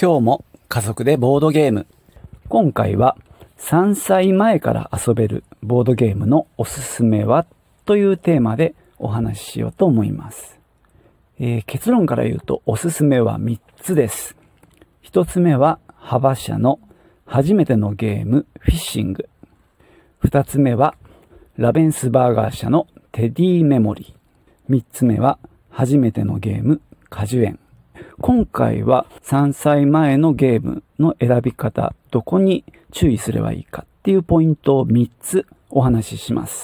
今日も家族でボードゲーム。今回は3歳前から遊べるボードゲームのおすすめはというテーマでお話ししようと思います。結論から言うとおすすめは3つです。1つ目はハバ社の初めてのゲームフィッシング。2つ目はラベンスバーガー社のテディメモリー。3つ目は初めてのゲーム果樹園。今回は3歳前のゲームの選び方、どこに注意すればいいかっていうポイントを3つお話しします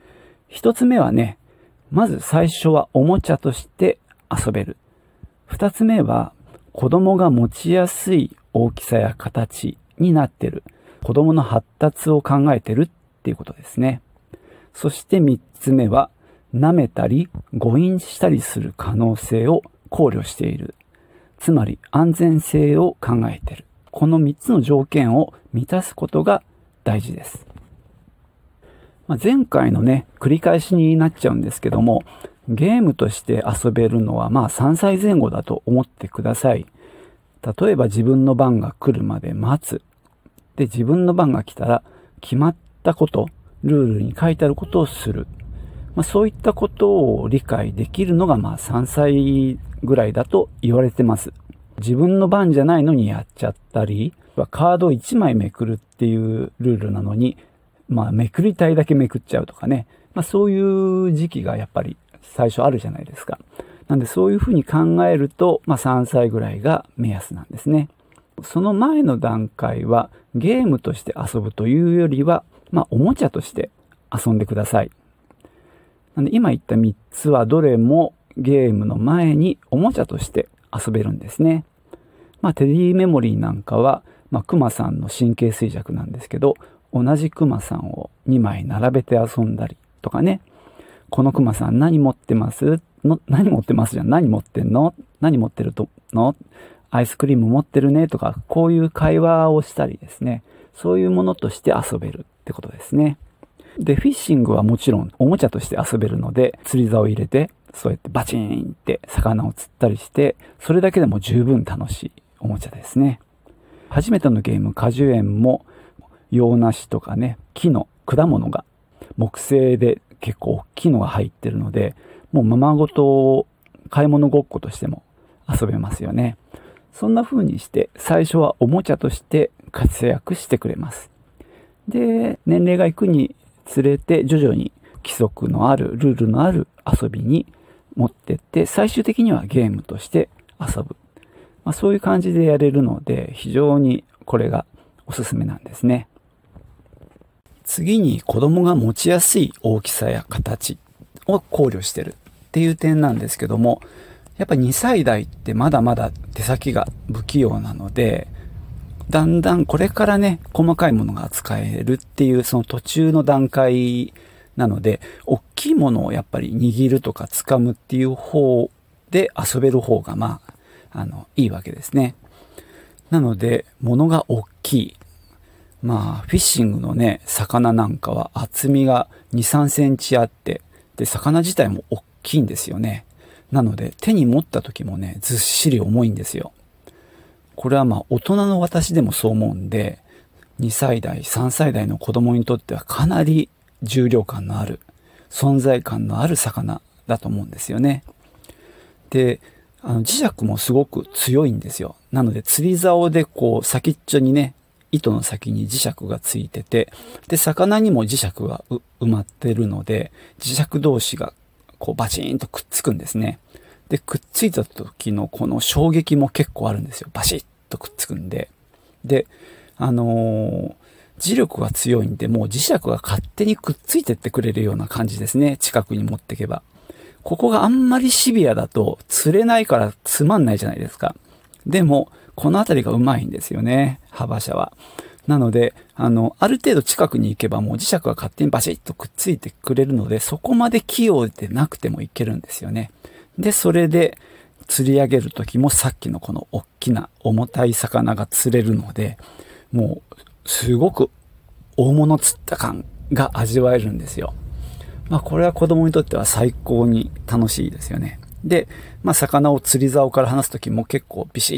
。1つ目はね、まず最初はおもちゃとして遊べる。2つ目は子供が持ちやすい大きさや形になってる。子供の発達を考えてるっていうことですね。そして3つ目は舐めたり誤飲したりする可能性を考慮している。つまり安全性を考えている。この3つの条件を満たすことが大事です。前回のね、繰り返しになっちゃうんですけども、ゲームとして遊べるのは3歳前後だと思ってください。例えば自分の番が来るまで待つ。で、自分の番が来たら決まったこと、ルールに書いてあることをする。そういったことを理解できるのが3歳ぐらいだと言われてます。自分の番じゃないのにやっちゃったり、カード1枚めくるっていうルールなのに、めくりたいだけめくっちゃうとかね。そういう時期がやっぱり最初あるじゃないですか。なんでそういうふうに考えると、3歳ぐらいが目安なんですね。その前の段階はゲームとして遊ぶというよりは、おもちゃとして遊んでください。なんで今言った3つはどれもゲームの前におもちゃとして遊べるんですね。テディメモリーなんかは、クマさんの神経衰弱なんですけど、同じクマさんを2枚並べて遊んだりとかね。このクマさん何持ってますの？何持ってますじゃん。何持ってんの？何持ってるの？アイスクリーム持ってるねとか、こういう会話をしたりですね。そういうものとして遊べるってことですね。で、フィッシングはもちろんおもちゃとして遊べるので、釣り竿を入れて、そうやってバチーンって魚を釣ったりして、それだけでも十分楽しいおもちゃですね。初めてのゲーム果樹園も洋梨とかね、木の果物が木製で結構大きいのが入ってるので、もうままごと買い物ごっことしても遊べますよね。そんな風にして最初はおもちゃとして活躍してくれます。で、年齢がいくにつれて徐々に規則のあるルールのある遊びに持ってって最終的にはゲームとして遊ぶ、そういう感じでやれるので非常にこれがおすすめなんですね。次に子供が持ちやすい大きさや形を考慮してるっていう点なんですけども、やっぱ2歳代ってまだまだ手先が不器用なので、だんだんこれからね、細かいものが扱えるっていうその途中の段階なので、大きいものをやっぱり握るとか掴むっていう方で遊べる方がいいわけですね。なので、物が大きい。フィッシングのね、魚なんかは厚みが2、3センチあって、で、魚自体も大きいんですよね。なので、手に持った時もね、ずっしり重いんですよ。これは大人の私でもそう思うんで、2歳代、3歳代の子供にとってはかなり重量感のある、存在感のある魚だと思うんですよね。で、磁石もすごく強いんですよ。なので釣り竿で先っちょにね、糸の先に磁石がついてて、で、魚にも磁石が埋まってるので、磁石同士がバチーンとくっつくんですね。で、くっついた時のこの衝撃も結構あるんですよ。バシッとくっつくんで。で、磁力が強いんで、もう磁石が勝手にくっついてってくれるような感じですね。近くに持ってけば。ここがあんまりシビアだと釣れないからつまんないじゃないですか。でも、このあたりがうまいんですよね。ハバ社は。なので、ある程度近くに行けばもう磁石が勝手にバシッとくっついてくれるので、そこまで器用でなくてもいけるんですよね。で、それで釣り上げる時もさっきのこの大きな重たい魚が釣れるので、もうすごく大物釣った感が味わえるんですよ。これは子供にとっては最高に楽しいですよね。で、魚を釣り竿から離す時も結構ビシッ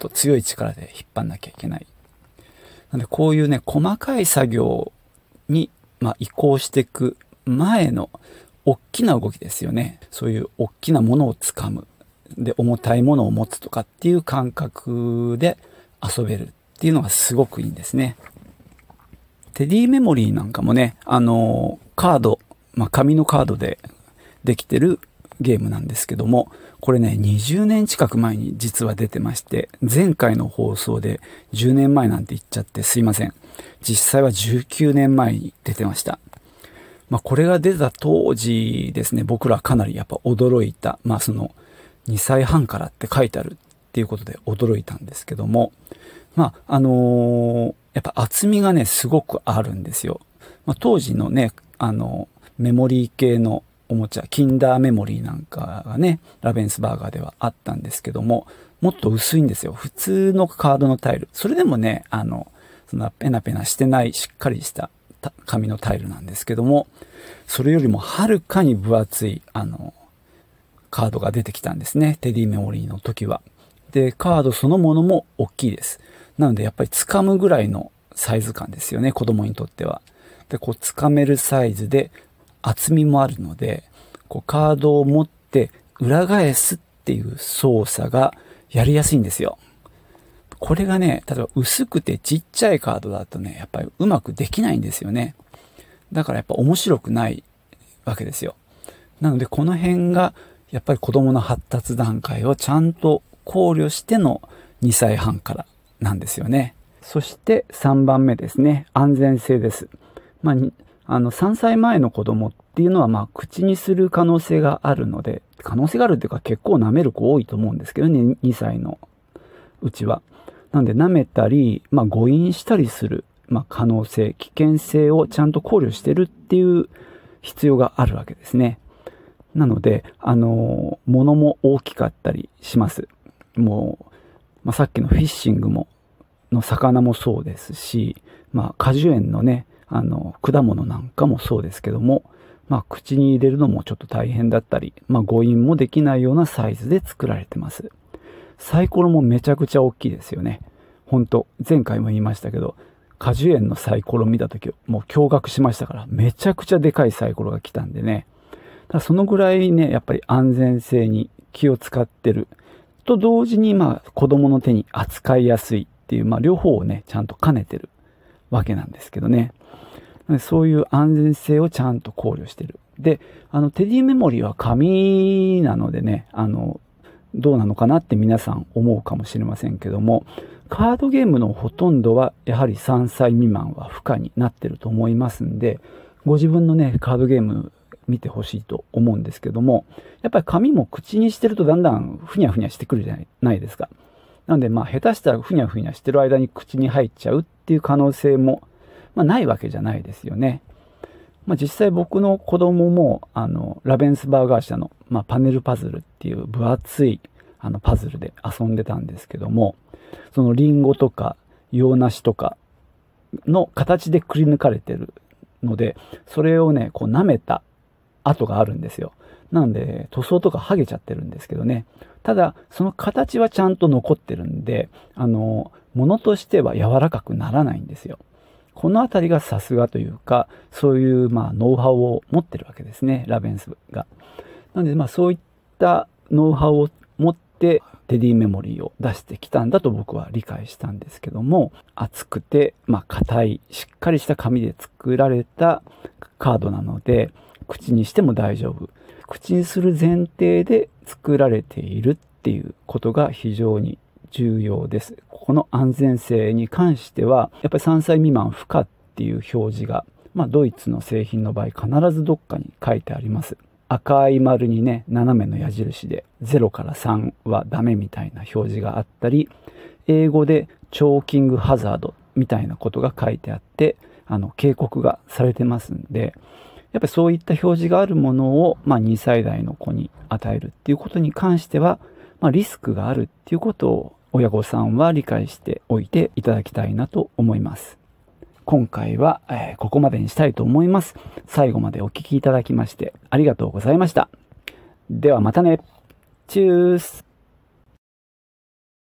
と強い力で引っ張んなきゃいけない。なのでこういうね、細かい作業に、移行していく前の大きな動きですよね。そういう大きなものをつかむ。で、重たいものを持つとかっていう感覚で遊べるっていうのがすごくいいんですね。テディメモリーなんかもね、カード、紙のカードでできてるゲームなんですけども、これね、20年近く前に実は出てまして、前回の放送で10年前なんて言っちゃってすいません。実際は19年前に出てました。これが出た当時ですね、僕らかなりやっぱ驚いた。その2歳半からって書いてあるっていうことで驚いたんですけども、やっぱ厚みがね、すごくあるんですよ。当時のね、メモリー系のおもちゃ、キンダーメモリーなんかがね、ラベンスバーガーではあったんですけども、もっと薄いんですよ。普通のカードのタイル。それでもね、そんなペナペナしてないしっかりした紙のタイルなんですけども、それよりもはるかに分厚い、カードが出てきたんですね。テディメモリーの時は。で、カードそのものも大きいです。なのでやっぱり掴むぐらいのサイズ感ですよね、子供にとっては。で、こう掴めるサイズで厚みもあるので、こうカードを持って裏返すっていう操作がやりやすいんですよ。これがね、例えば薄くてちっちゃいカードだとね、やっぱりうまくできないんですよね。だからやっぱ面白くないわけですよ。なのでこの辺がやっぱり子供の発達段階をちゃんと考慮しての2歳半からなんですよね。そして3番目ですね。安全性です。3歳前の子供っていうのは口にする可能性があるので、可能性があるっていうか結構舐める子多いと思うんですけどね、2歳のうちは。なんで舐めたり、誤飲したりする、可能性、危険性をちゃんと考慮してるっていう必要があるわけですね。なので、物も大きかったりします。もう、さっきのフィッシングの魚もそうですし、果樹園のね、果物なんかもそうですけども、口に入れるのもちょっと大変だったり、誤飲もできないようなサイズで作られてます。サイコロもめちゃくちゃ大きいですよね。本当前回も言いましたけど、果樹園のサイコロ見たとき、もう驚愕しましたから、めちゃくちゃでかいサイコロが来たんでね。そのぐらいね、やっぱり安全性に気を使ってる。と同時に、子供の手に扱いやすいっていう、両方をね、ちゃんと兼ねてるわけなんですけどね。そういう安全性をちゃんと考慮してる。で、テディメモリーは紙なのでね、どうなのかなって皆さん思うかもしれませんけども、カードゲームのほとんどはやはり3歳未満は不可になってると思いますんで、ご自分のね、カードゲーム見てほしいと思うんですけども、やっぱり紙も口にしてるとだんだんふにゃふにゃしてくるじゃないですか。なので下手したらふにゃふにゃしてる間に口に入っちゃうっていう可能性も、ないわけじゃないですよね。実際僕の子供もラベンスバーガー社の、パネルパズルっていう分厚いパズルで遊んでたんですけども、そのリンゴとか洋梨とかの形でくり抜かれてるので、それをねこう舐めた跡があるんですよ。なので塗装とか剥げちゃってるんですけどね。ただその形はちゃんと残ってるんで、物としては柔らかくならないんですよ。このあたりがさすがというか、そういうノウハウを持ってるわけですね、ラベンスが。なのでそういったノウハウを持ってテディメモリーを出してきたんだと僕は理解したんですけども、厚くて硬いしっかりした紙で作られたカードなので、口にしても大丈夫。口にする前提で作られているっていうことが非常に重要です。この安全性に関しては、やっぱり3歳未満不可っていう表示が、ドイツの製品の場合必ずどっかに書いてあります。赤い丸にね、斜めの矢印で0から3はダメみたいな表示があったり、英語でチョーキングハザードみたいなことが書いてあって、警告がされてますんで、やっぱりそういった表示があるものを、2歳代の子に与えるっていうことに関しては、リスクがあるっていうことを親御さんは理解しておいていただきたいなと思います。今回は、ここまでにしたいと思います。最後までお聞きいただきましてありがとうございました。ではまたね。チュース。